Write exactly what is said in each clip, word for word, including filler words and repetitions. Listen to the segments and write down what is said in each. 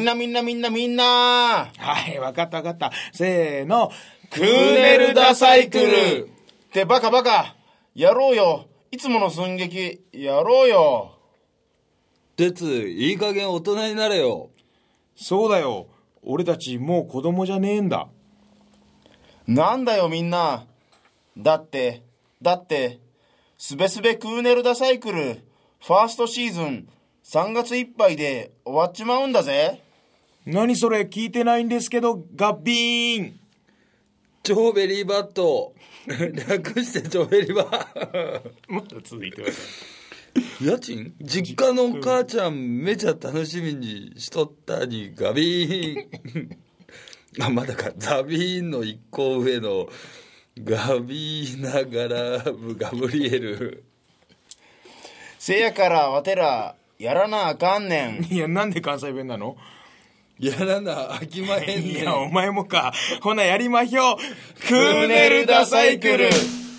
なみんなみんなみんな。 はい、わかったわかった。せーの。 クーネルダサイクルってバカバカ。やろうよ。いつもの寸劇やろうよ。 鉄、いい加減大人になれよ。 そうだよ。俺たちもう子供じゃねえんだ。 なんだよみんな。だってだってすべすべクーネルダサイクルファーストシーズンさんがついっぱいで終わっちまうんだぜ。 何それ、聞いてないんですけど。ガッビーン。 超ベリーバット。略して超ベリバまだ続いてます。 家賃実家のお母ちゃんめちゃ楽しみにしとったにガビーン。あ、まだか。ザビーンの一個上のガビーナガラブガブリエル。 せやからわてらやらなあかんねん。 いや、なんで関西弁なの？ やらなあきまへんねん。 いや、お前もか。ほなやりまひょう。 クーネルダサイクル。 あ、もう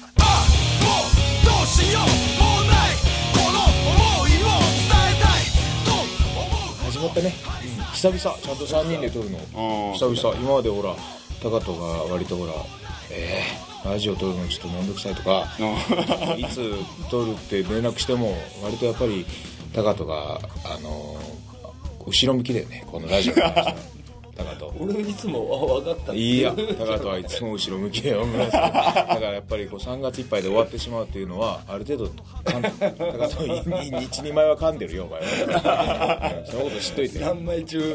どうしようもないこの思いを伝えたいと思う。 始まったね、うん、久々ちゃんとさんにんで撮るの久々。今までほらタカトが割とほらえー、ラジオ撮るのちょっとめんどくさいとかいつ撮るって連絡しても割とやっぱりタカトがあのー、後ろ向きだよね、このラジオの話タカト。 俺いつもあ分かった。 いや、タカトはいつも後ろ向きだよ。だからやっぱりこうさんがついっぱいで終わってしまうっていうのはある程度タカトいちにまいは噛んでるよお前は。そのこと知っといて。 何枚中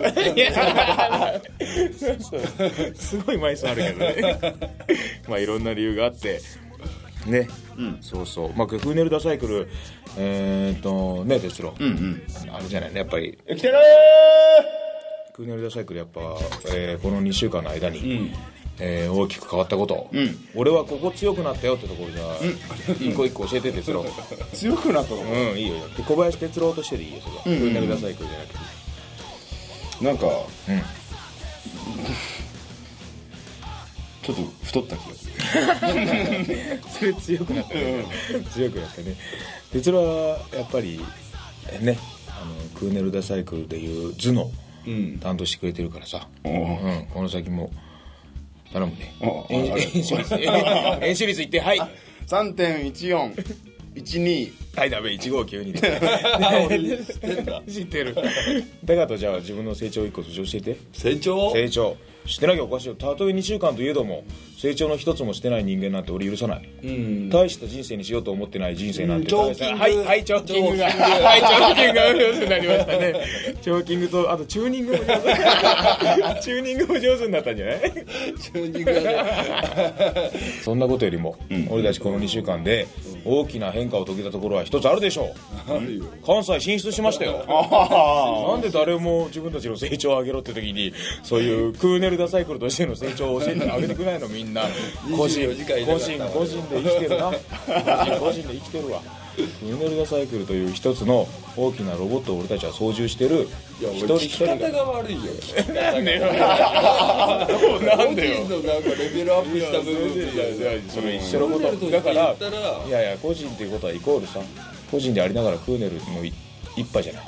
すごい枚数あるけどね。まあいろんな理由があってね、うん、そうそう。まあクーネルダサイクルえーっとね哲郎、うんうん、あれじゃないね、やっぱり来てるクーネルダサイクルやっぱ、えー、このにしゅうかんの間に、うんえー、大きく変わったこと、うん、俺はここ強くなったよってところじゃ、うん、一個一個教えて哲郎。 強くなったの？ うん、いいよ。で小林哲郎としてでいいよそれは、うんうん、クーネルダサイクルじゃなくてなんか、 うん、 ちょっと太った気がする。 それ強くなったね、うん、強くなったね。哲郎はやっぱりね、あのクーネルダサイクルでいう頭脳担当してくれてるからさ、うん、この先も頼むね。演習率演習率いって、はいさんてんいちよんいちにはい、ダメ、いちごきゅうにで知ってんだ。知ってる。だからとじゃあ自分の成長一個教えて。 成長成長してなきゃおかしいよ。たとえにしゅうかんといえども成長の一つもしてない人間なんて俺許さない。うん大した人生にしようと思ってない人生なんて。 チョーキング。 はいはい、チョーキングがはい、チョーキングが上手になりましたね。チョーキングとあとチューニングも上手チューニングも上手になったんじゃない？ チューニングがね。 そんなことよりも、うん、俺たちこのにしゅうかんで大きな変化を遂げたところは一つあるでしょう。あるよ。関西進出しましたよ。なんで誰も自分たちの成長を上げろって時にそういうクーネルダサイクルとしての成長を教えてあげてくれないの？みんな個人個人個人で生きてるな。個人個人で生きてるわ。クーネルダサイクルという一つの大きなロボットを俺たちは操縦してる。 一人一人が聞き方が悪いよ。 なんでよ。 なんでよ。個人のなんかレベルアップした部分でそれ一緒のことだから。いやいや、個人っていうことはイコールさ、個人でありながらクーネルの一派じゃない。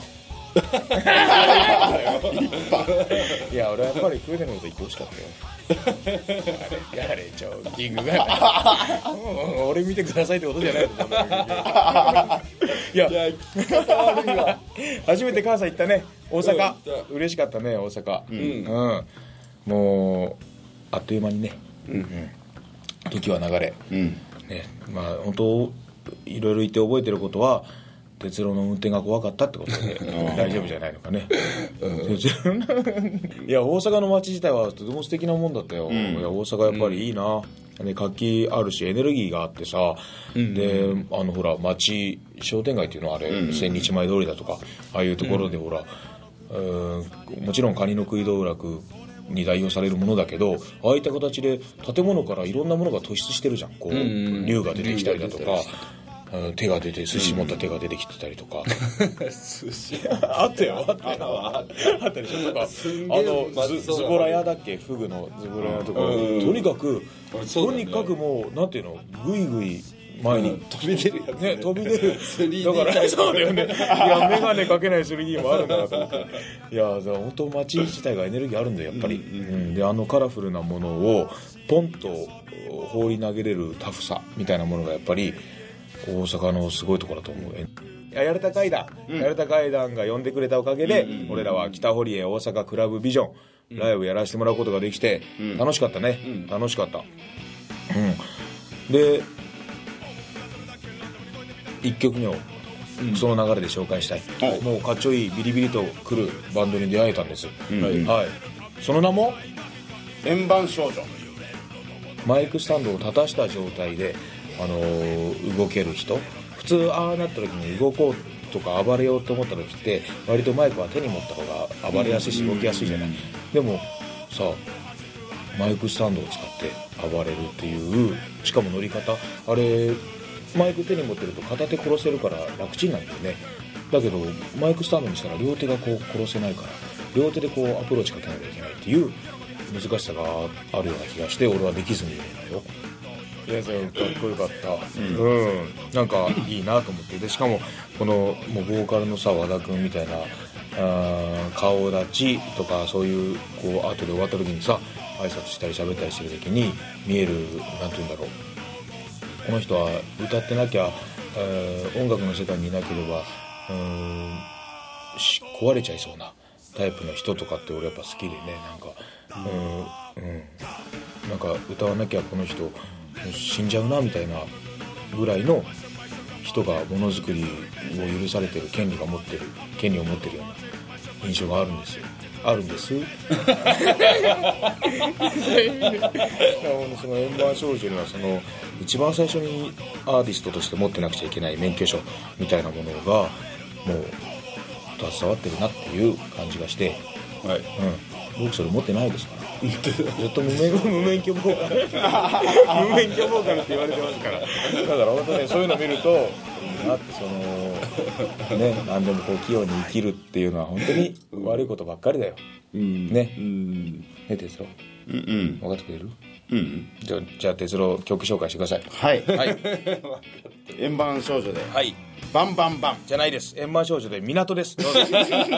いや俺はやっぱりクーネルのこと言ってほしかったよ。やれチョーキングが俺見てくださいってことじゃないと思うんだけど。いや聞き方悪いわ。初めて関西行ったね、大阪。嬉しかったね大阪、うんうん、もうあっという間にね、うんうん、時は流れ、うんね、まあ本当いろいろ言って覚えてることは鉄郎の運転が怖かったってことで大丈夫じゃないのかね。いや大阪の街自体はとても素敵なもんだったよ、うん、いや大阪やっぱりいいな、うん、活気あるしエネルギーがあってさ、うん、であのほら街商店街っていうのはあれ、うん、千日前通りだとかああいうところでほら、うん、もちろんカニの食い道楽に代表されるものだけど、ああいった形で建物からいろんなものが突出してるじゃん。こう、うん、竜が出てきたりだとか、手が出て寿司持った手が出てきてたりとか、寿司あったよあったよあったでしょ。とかあのズズボラ屋だっけ、フグのズボラ屋とか、とにかくとにかくもうなんていうの、グイグイ前に飛び出るやつね、飛び出るスリーディーだからそうだよね。いやメガネかけない スリーディー もあるんだなと思って。いやだから本当街自体がエネルギーあるんだよやっぱり、うんうん、であのカラフルなものをポンと放り投げれるタフさみたいなものがやっぱり大阪のすごいところだと思う。やれた階段、うん、やれた階段が呼んでくれたおかげで、うんうん、俺らは北堀江大阪クラブビジョン、うん、ライブやらせてもらうことができて、うん、楽しかったね、うん、楽しかった、うん、でいっきょくめをその流れで紹介したい、うん、もうかっちょいいビリビリと来るバンドに出会えたんです、うん、はい、その名も円盤少女。 マイクスタンドを立たした状態で、あのー、動ける人。普通ああなった時に動こうとか暴れようと思った時って割とマイクは手に持った方が暴れやすいし動きやすいじゃない、うん、でもさマイクスタンドを使って暴れるっていう、しかも乗り方あれマイク手に持ってると片手殺せるから楽ちんなんだよね。だけどマイクスタンドにしたら両手がこう殺せないから両手でこうアプローチかけなきゃいけないっていう難しさがあるような気がして俺はできずにいるんだよ。いやそれかっこよかった、うんうん、なんかいいなと思って。でしかもこのもうボーカルのさ和田君みたいなあ顔立ちとかそういうこう後で終わった時にさ挨拶したり喋ったりしてる時に見えるなんて言うんだろう、この人は歌ってなきゃ、えー、音楽の世界にいなければうーん壊れちゃいそうなタイプの人とかって俺やっぱ好きでね、なんかうん、うん、なんか歌わなきゃこの人死んじゃうなみたいなぐらいの人がものづくりを許されてる権利が持ってる権利を持ってるような印象があるんですよ。あるんですその円盤少女にはその一番最初にアーティストとして持ってなくちゃいけない免許証みたいなものがもう携わってるなっていう感じがして、はい、うん、僕それ持ってないですからずっと無免無免許ボーカル無免許ボーカルって言われてますから。だから本当ねそういうの見るとなってそのね何でもこう器用に生きるっていうのは本当に悪いことばっかりだよ、うん、ね、うん、ね哲郎、うんうん、分かってくれる？うん、じゃあじゃあ哲郎曲紹介してください。 はい、はい、円盤少女で、 はい、 バンバンバンじゃないです。円盤少女で港です。どうぞ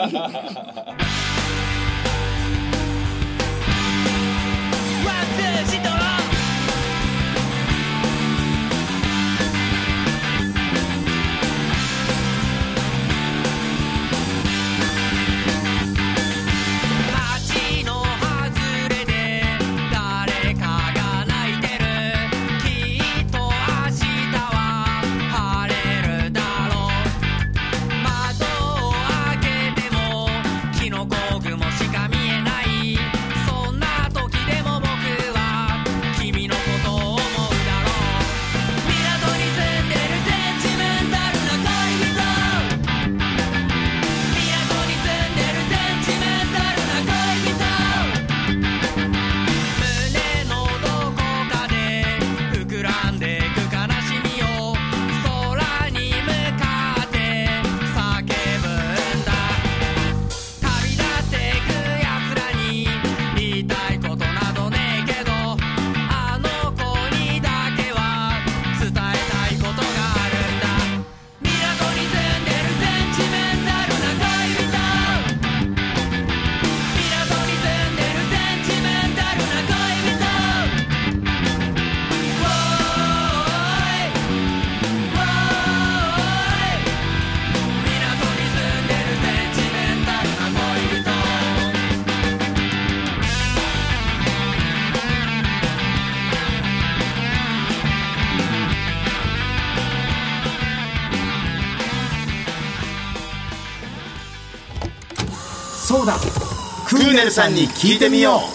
そうだクーネルさんに聞いてみよう。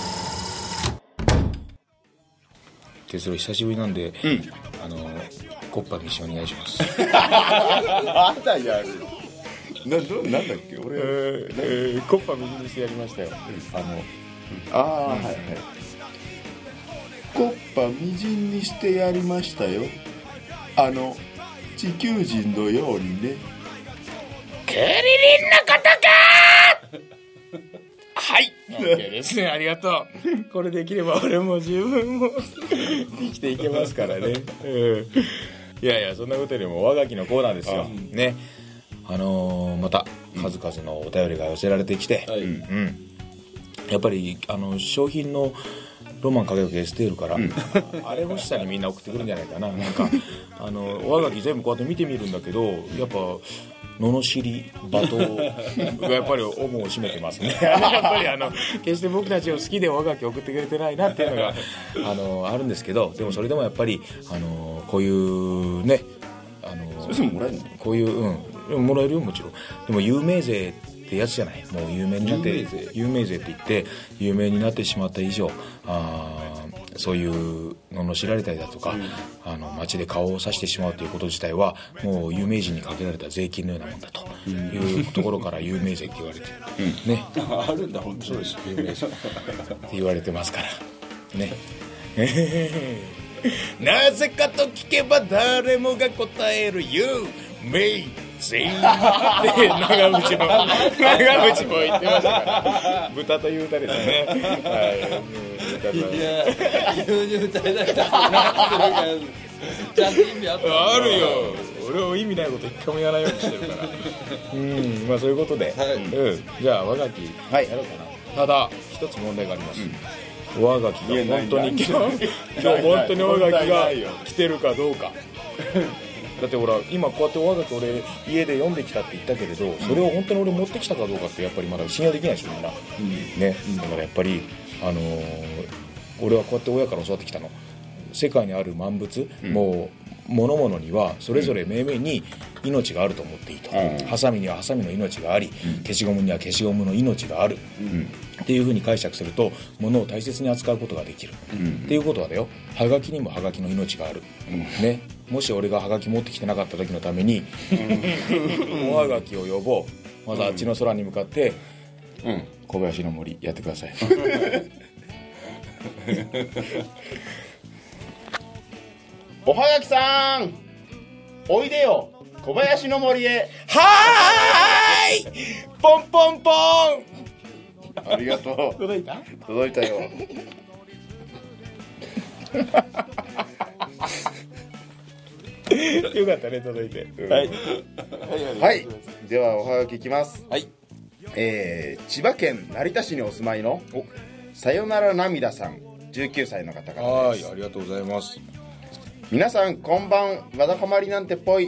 哲郎久しぶりなんで、うん、あのコッパミッションお願いしますまだやるな、なんだっけ俺、えーえー、コッパみじんにしてやりましたよ、うん、あの、うん、 ああ、はいはい、コッパみじんにしてやりましたよ、あの地球人のようにね。 クリリンのことかはい、OK ですね、ありがとう。これできれば俺も十分も生きていけますからね、うん、いいやいやそんなことよりも和垣のコーナーですよね。あのー、また数々のお便りが寄せられてきて、 はい、 うん、やっぱりあの商品のロマン輝くエステールから、うん、あれ欲しさにみんな送ってくるんじゃないかな。なんかあの和垣全部こうやって見てみるんだけど、やっぱ罵り罵倒がやっぱり主を占めてますね。やっぱりあの決して僕たちを好きで和垣送ってくれてないなっていうのがあのあるんですけど、でもそれでもやっぱりあのこういうね、あのそれでももらえるの？ こういううんもらえるよもちろん。でも有名税ってやつじゃない。もう有名になって有名税有名税って言って有名になってしまった以上、あそういう罵られたりだとか、うん、あの街で顔を刺してしまうということ自体はもう有名人にかけられた税金のようなもんだというところから有名税って言われて、うん、ねあるんだ本当そうです有名税って言われてますからね。なぜかと聞けば誰もが答える有名税って長渕も長渕も言ってましたから豚という歌ですね。はい、 いや牛乳歌いだしたらなってるからちゃんと意味あったあるよ。俺は意味ないこと一回も言わないようにしてるからうんまあそういうことで、はいうん、じゃあ和垣やろうかな、はい、ただ一つ問題があります、うん、和垣が本当に今日今日本当に和垣が来てるかどうかだってほら今こうやって和垣俺家で読んできたって言ったけれど、うん、それを本当に俺持ってきたかどうかってやっぱりまだ信用できないでしょみんな、うんねうん、だからやっぱりあのー、俺はこうやって親から教わってきたの。世界にある万物、うん、もう物々にはそれぞれ命名に命があると思っていいと、うん、ハサミにはハサミの命があり、うん、消しゴムには消しゴムの命がある、うん、っていう風に解釈すると物を大切に扱うことができる、うん、っていうことはだよ、ハガキにもハガキの命がある、うんね、もし俺がハガキ持ってきてなかった時のために、うん、おハガキを呼ぼう。まずあっちの空に向かって、うん、小林の森やってください。 おはがきさんおいでよ小林の森へ。 はーいポンポンポン。 ありがとう。 届いた届いたよ。 よかったね届いて、うん、 はい、はい、ではおはがきいきます。 はい、 えー、千葉県成田市にお住まいのさよなら涙さんじゅうきゅうさいの方々です。 はい、ありがとうございます。 皆さんこんばん、わだかまりなんてぽい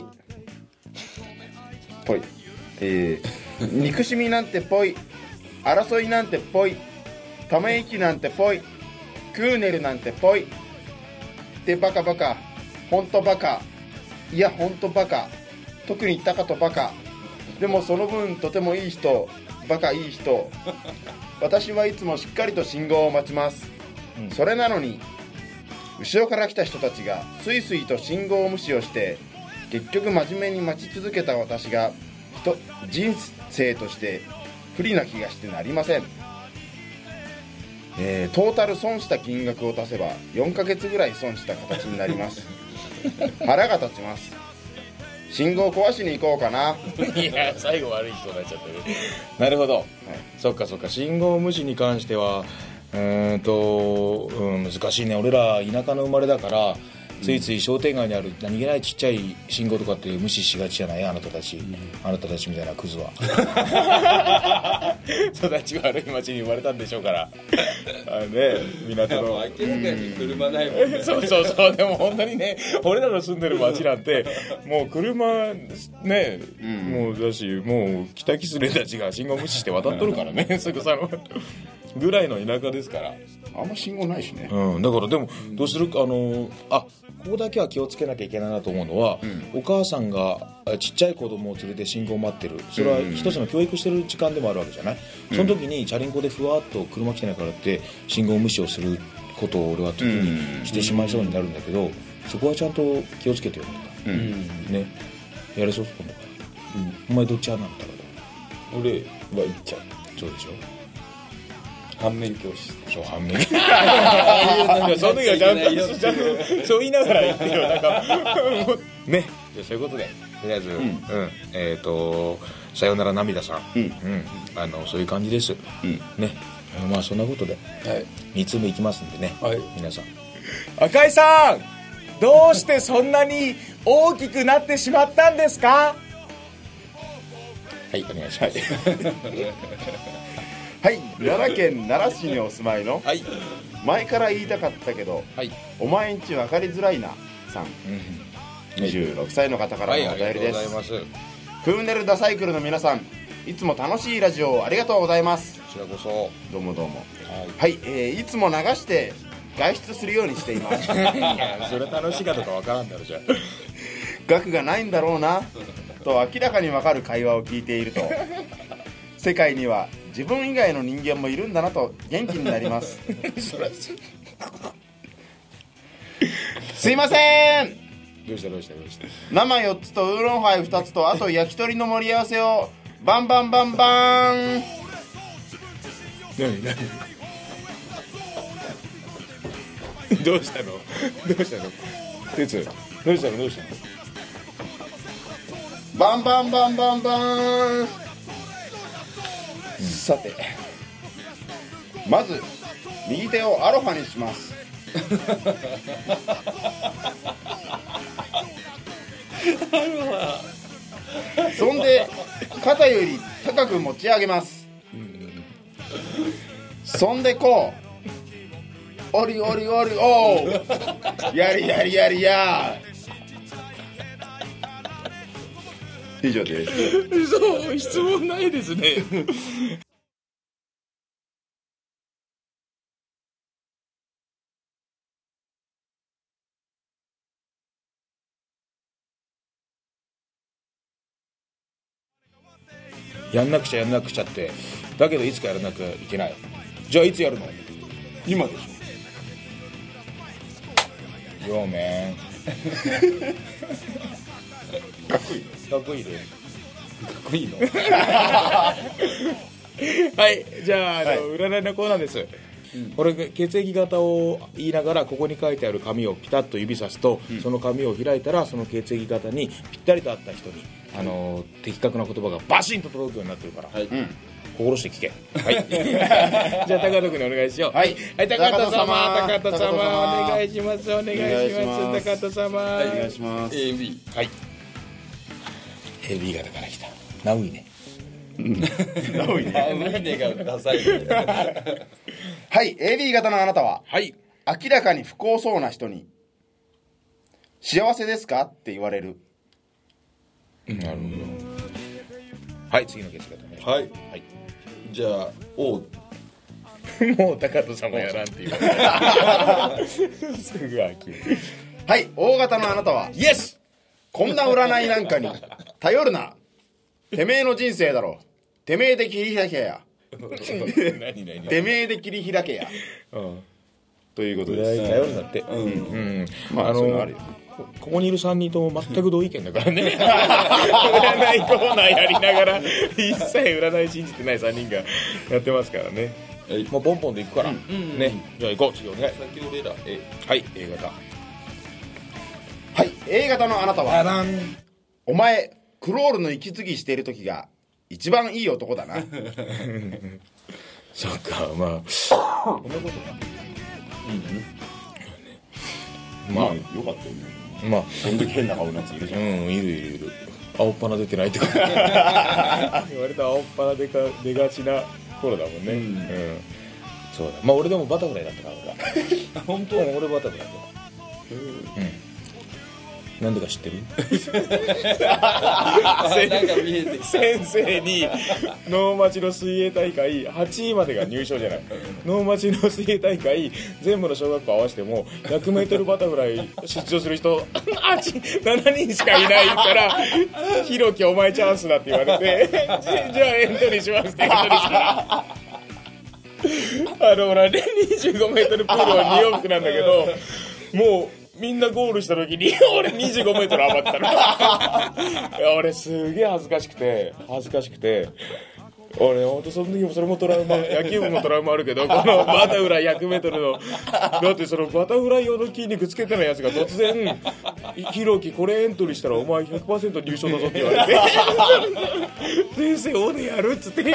ぽい、えー、憎しみなんてぽい、争いなんてぽい、ため息なんてぽい、クーネルなんてぽいってバカバカ、ほんとバカ、いやほんとバカ、特にタカとバカ、でもその分とてもいい人、バカいい人。私はいつもしっかりと信号を待ちます、うん、それなのに後ろから来た人たちがスイスイと信号無視をして結局真面目に待ち続けた私が人生として不利な気がしてなりません、えー、トータル損した金額を足せばよんかげつぐらい損した形になります。腹が立ちます。信号壊しに行こうかな。 いや最後悪い人になっちゃってる。なるほど、はい、そっかそっか。信号無視に関してはうーんと、うん、難しいね。俺ら田舎の生まれだからついつい商店街にある何気ないちっちゃい信号とかって無視しがちじゃない？あなたたち、うん、あなたたちみたいなクズは。育ち悪い町に生まれたんでしょうから。あのね、港の明らかに車ないもんね。 そうそうそう。でも本当にね、俺らの住んでる町なんてもう車ね、うん、もうだし、もう北キスレたちが信号無視して渡っとるからね。すぐさのぐらいの田舎ですから。 あんま信号ないしね、 うん、だからでもどうするか、あのあここだけは気をつけなきゃいけないなと思うのは、うん、お母さんがちっちゃい子供を連れて信号を待ってる、それは一つの教育してる時間でもあるわけじゃない、うん、その時にチャリンコでふわっと車来てないからって信号無視をすることを俺は時にしてしまいそうになるんだけど、そこはちゃんと気をつけてよ、うん、ね、やれそう今度から、うん、お前どっち派なんだろう。 俺は行っちゃう。 そうでしょ。 反面教師。 そう、反面。その時はちゃんと、ちゃんとそう言いながら言ってよ。なんかね。じゃそういうことで、とりあえず、うんうん、えっ、ー、とさよなら涙さん、うんうん、あのそういう感じです。うん、ね。まあそんなことで、はい、につうめいきますんでね。はい、皆さん。赤井さん、どうしてそんなに大きくなってしまったんですか？はい、お願いします。 はい、奈良県奈良市にお住まいの、 はい、 前から言いたかったけど、 はい、 お前んち分かりづらいなさん、うん、にじゅうろくさいの方からのお便りです。 はい、ありがとうございます。 クーネルダサイクルの皆さん、いつも楽しいラジオをありがとうございます。 こちらこそ。 どうもどうも。 はい、 はい、えー、いつも流して外出するようにしています。 いや、それ楽しいかどうかわからんだろじゃあ。 額がないんだろうなと明らかに分かる会話を聞いていると、世界には自分以外の人間もいるんだなと元気になります。すいません。 どうしたどうしたどうした。 生よっつとウーロンハイふたつと、あと焼き鳥の盛り合わせをバンバンバンバン。 何何どうしたのどうしたの哲、どうしたのどうしたの。 バンバンバンバンバン、うん、さて、まず右手をアロハにします。そんで肩より高く持ち上げます。そんでこう、おりおりおりおう、やりやりやりや。以上です。 そう、質問ないですね。やんなくちゃやんなくちゃって、だけどいつかやらなきゃいけない。じゃあいつやるの？ 今でしょ。よーめん。 かっこいい。 かっこいいね。 かっこいいの。 はい、じゃあ、あの、 はい、 占いのコーナーです。うん、これ血液型を言いながら、ここに書いてある紙をピタッと指さすと、うん、その紙を開いたらその血液型にぴったりと合った人に、あのー、的確な言葉がバシンと届くようになってるから、はい、うん、心して聞け。はい。じゃあ高田君にお願いしよう。はい、はい、高田様、高田様、お願いします、お願いします、高田様、 はい、お願いします。 エービー、 はい、 エービー 型から来たナウイね。 ナウイね。 ナウイねがダサい。 はい、エービー 型のあなたは、はい、明らかに不幸そうな人に幸せですかって言われる。 なるほど。はい、次の血液型ね。 はい、はい、じゃあ O。 もう高田様やらんって言われる。すぐ飽きる。 はい、O 型のあなたは、 イエス。 こんな占いなんかに頼るな。てめえの人生だろ。てめえで切り開けや。 何何てめえで切り開けや。うん、ということです。 頼るんだって。うんうん。まあ、あのー、ここにいるさんにんとも全く同意見だからね。占いコーナーやりながら一切占い信じてないさんにんがやってますからね。はい、もうポンポンでいくから、うん、ね。じゃあ行こう。次お願い。 先ほどら A。 はい、A 型。 はい、A 型のあなたは、あらん、お前クロールの息継ぎしている時が一番いい男だな。 そっか、まあこんなことな。うん、まあ、まあ、よかったよね。まあその時変な顔のやついるじゃん。 うん、いるいるいる。青っ鼻出てないってこと。割と青っ鼻出か出がちな頃だもんね。うん、うん、そうだ。まあ俺でもバタフライだったから俺は。本当？俺バタフライだった。うん。なんでか知ってる？なんか見えてきた。先生に能町の水泳大会はちいまでが入賞じゃない。能町の水泳大会全部の小学校合わせても ひゃくメートル バタフライ出場する人はち、しちにんしかいないからひろきお前チャンスだって言われてじゃあエントリーしますってエントリーしたらあの俺にじゅうごメートルプールはに往復なんだけどもうみんなゴールした時に俺にじゅうごメートル余ったの。いや俺すげえ恥ずかしくて恥ずかしくて俺ほんとその時もそれもトラウマ、野球部もトラウマあるけどこのバタフライ ひゃくメートル のだってそのバタフライ用の筋肉つけてないやつが突然ひろきこれエントリーしたらお前 ひゃくパーセント 入賞だぞって言われて先生俺やるっつって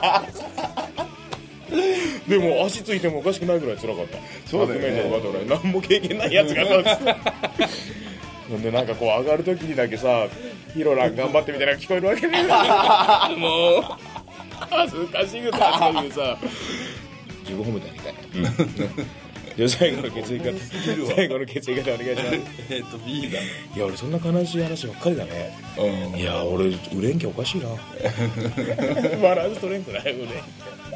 でも足ついてもおかしくないぐらい辛かった。 そうだよね。 ひゃくメートルバタフライ何も経験ないやつがどうつってほんでなんかこう上がる時にだけさヒロラン頑張ってみたいなの聞こえるわけねもう恥ずかしくて恥ずかしくてさじゅうごほんめてあげたい、うんね、じゃあ最後の決意方最後の決意方お願いしますえっと B だ。 いや俺そんな悲しい話ばっかりだね、うん、いや俺売れんきゃおかしいなバランス取れんくない売れんきゃ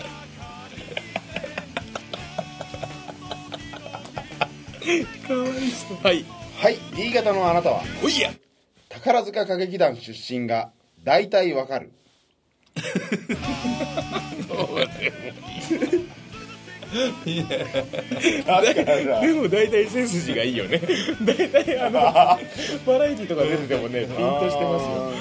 かわいそう。はいはい、 D 型のあなたはおいや宝塚歌劇団出身が大体わかるでも大体背筋がいいよね大体あのバラエティとか出ててもねピンとしてますよ。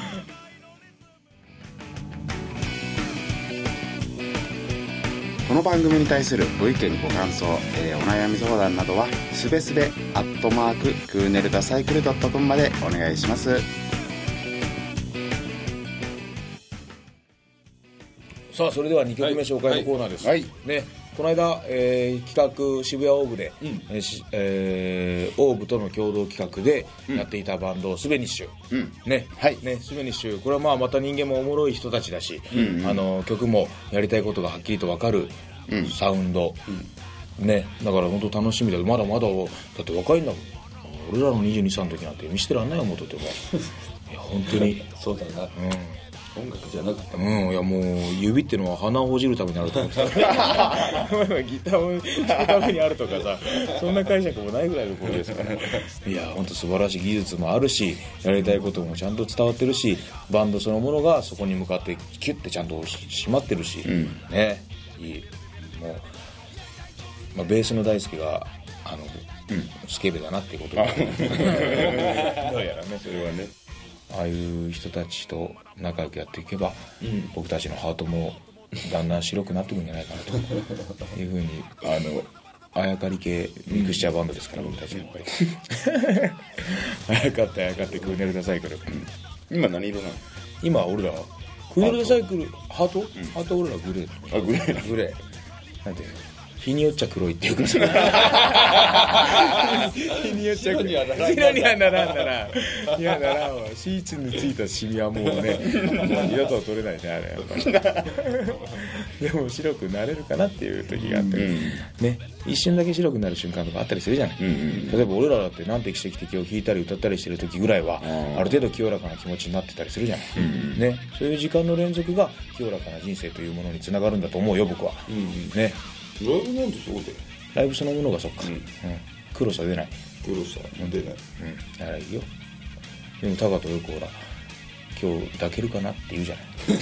この番組に対するご意見ご感想、えー、お悩み相談などはすべすべアットマーククーネルダサイクルドットコムまでお願いします。 さあそれではにきょくめ紹介のコーナーです、 はいはい、 ね、この間、えー、企画渋谷オーブで、うんえーえー、オーブとの共同企画でやっていたバンド、うん、スベニッシュ、うんねはいね、スベニッシュこれはまあまた人間もおもろい人たちだし、うんうん、あの曲もやりたいことがはっきりと分かるサウンド、うんね、だから本当楽しみだけどまだまだだって若いんだもん。俺らのにじゅうにさいの時なんて見捨てらんないよ元ってもいや本当にそうだな、うん音楽じゃなくても、うん、いやもう指っていうのは鼻をほじるためにあると思ってたギターを弾くためにあるとかさそんな解釈もないぐらいのことですからいや本当素晴らしい技術もあるしやりたいこともちゃんと伝わってるしバンドそのものがそこに向かってキュッてちゃんと締まってるし、うん、ねいいもう、まあ、ベースの大輔があの、うん、スケベだなっていうことでどうやらねそれはねああいう人たちと仲良くやっていけば、うん、僕たちのハートもだんだん白くなってくるんじゃないかなというふうにあのあやかり系ミクスチャーバンドですから、うん、僕たちやっぱりあやかってあやかってクーネルダサイクル、うん、 今何色なの？ 今俺らクーネルダサイクルハート、うん、ハート俺らグレーあグレーなグレーなんていうの日によっちゃ黒いっていうか日によっちゃ黒い白にはならんならんいやならんわシーツについたシミはもうね二度と取れないねあれやっぱりでも白くなれるかなっていう時があって、うん、ね一瞬だけ白くなる瞬間とかあったりするじゃない、うんうん、例えば俺らだってなんて奇跡的を弾いたり歌ったりしてる時ぐらいはある程度清らかな気持ちになってたりするじゃない、うんうん、ねそういう時間の連続が清らかな人生というものにつながるんだと思うよ僕は、うんうん、ねライブなんてそうだよライブそのものがそっか、うんうん、黒さ出ない黒さ出ない、うん、 だからいいよでもタカとよくほら今日抱けるかなって言うじゃ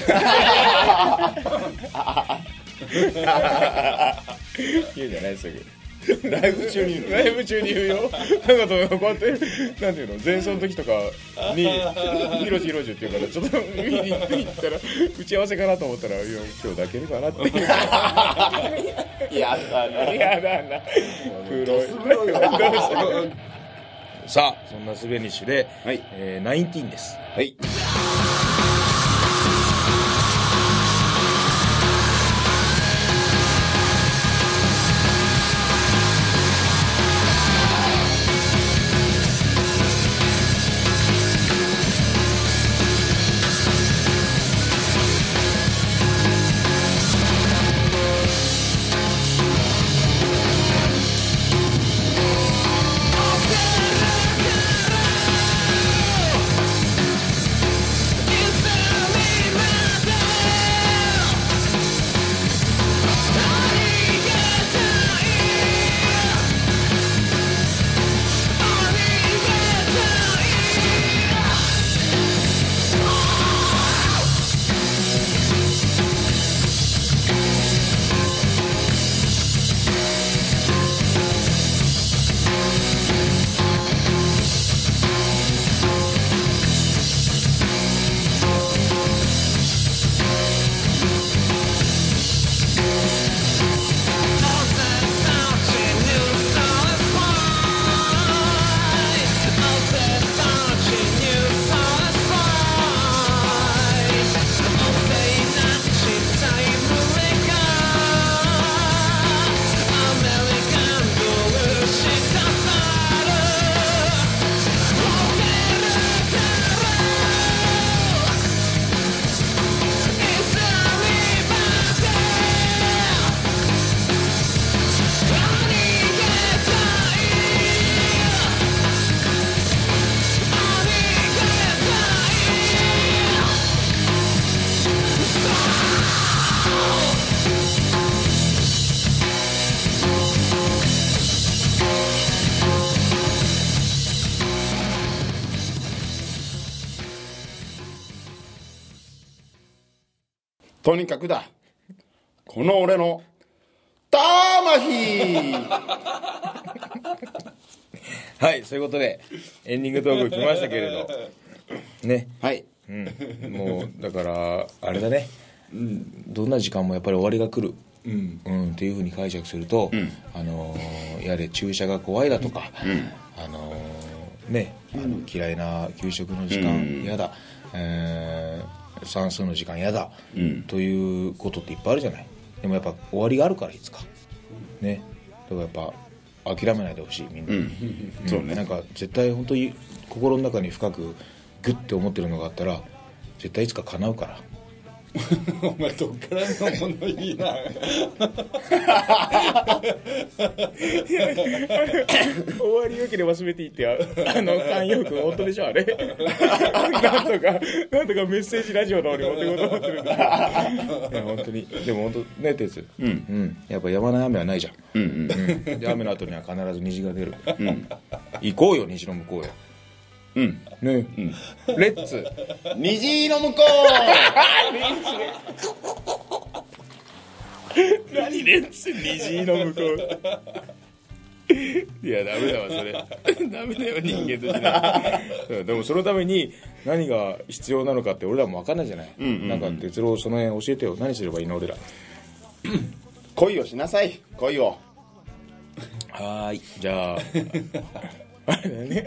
ない言うじゃないすぐライブ中に言うのライブ中に言うよなんかこうやってなんていうの前奏の時とかにヒロシヒロシって言うからちょっと見に行ったら打ち合わせかなと思ったらいや今日抱けるかなっていうやだなやだな黒いさあそんなスベニッシュで、はいえー、ナインティーンですはいとにかくだ、この俺の魂はい、そういうことでエンディングトーク来ましたけれどね、 はい、 うん、もうだからあれだね、うん、どんな時間もやっぱり終わりが来る、うんうん、っていうふうに解釈すると、うん、あのー、やれ注射が怖いだとか、うん、あのー、ね、あの嫌いな給食の時間嫌、うん、だ、えー、算数の時間嫌だ、うん、ということっていっぱいあるじゃない。でもやっぱ終わりがあるからいつかね、だからやっぱ諦めないでほしいみんな、うんうん、そうね、なんか絶対本当に心の中に深くグッて思ってるのがあったら絶対いつか叶うからお前どっからのものいいな終わりよければ全ていいってあの慣用句本当でしょあれなんとかなんとかメッセージラジオの方に持っていこうと思ってるんだいや本当にでも本当ねてつ、うんうん、やっぱ山の雨はないじゃん、うんうんうん、で雨の後には必ず虹が出る、うん、行こうよ虹の向こうへ、うんね、うん、レッツ虹の向こう何レッツ虹の向こういやダメだわそれダメだよ人間としてなでもそのために何が必要なのかって俺らも分かんないじゃない、うんうんうん、なんか哲郎その辺教えてよ、何すればいいの俺ら恋をしなさい、恋を。 はーい、じゃああれだね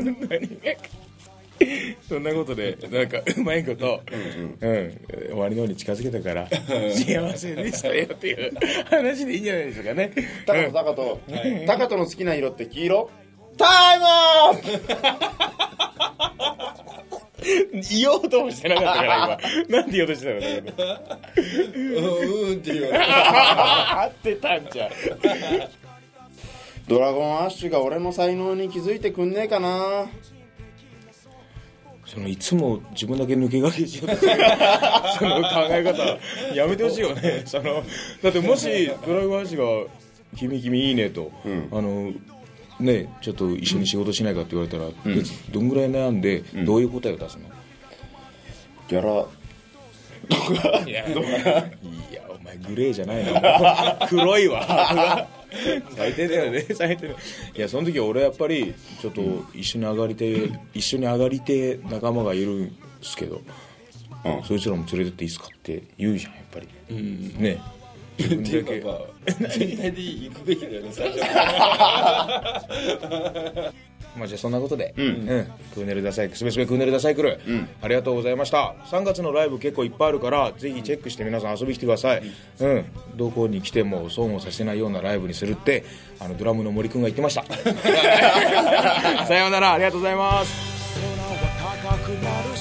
そんなことでなんかうまいこと、うんうんうん、終わりの方に近づけたから幸せでしたよっていう話でいいんじゃないでしょうかね。 タカトタカト、タカトの好きな色って黄色。タイムアップ言おうともしてなかったから今なんて言おうとしてたのだけどうんって言われ合ってたんじゃん。 ドラゴンアッシュが俺の才能に気づいてくんねえかな。 そのいつも自分だけ抜け駆けしようとするその考え方やめてほしいよね。そのだってもしドラゴンアッシュが君君いいねと、うん、あのねちょっと一緒に仕事しないかって言われたら、うん、どんぐらい悩んでどういう答えを出すの？ ギャラいや、いやお前グレーじゃないの黒いわ最低だよね最低だよ。いやその時俺やっぱりちょっと一緒に上がりて、うん、一緒に上がりて仲間がいるんですけど、うん、そいつらも連れてっていいですかって言うじゃんやっぱり、うん、ね自分だけ全体で行くべきだよね最初まあじゃあそんなことで、うんうん、クーネルダサイクルすべすべクーネルダサイクル、うん、ありがとうございました。さんがつのライブ結構いっぱいあるからぜひチェックして皆さん遊びに来てください、うんうん、どこに来ても損をさせないようなライブにするってあのドラムの森くんが言ってましたさようなら、ありがとうございます。空は高くなる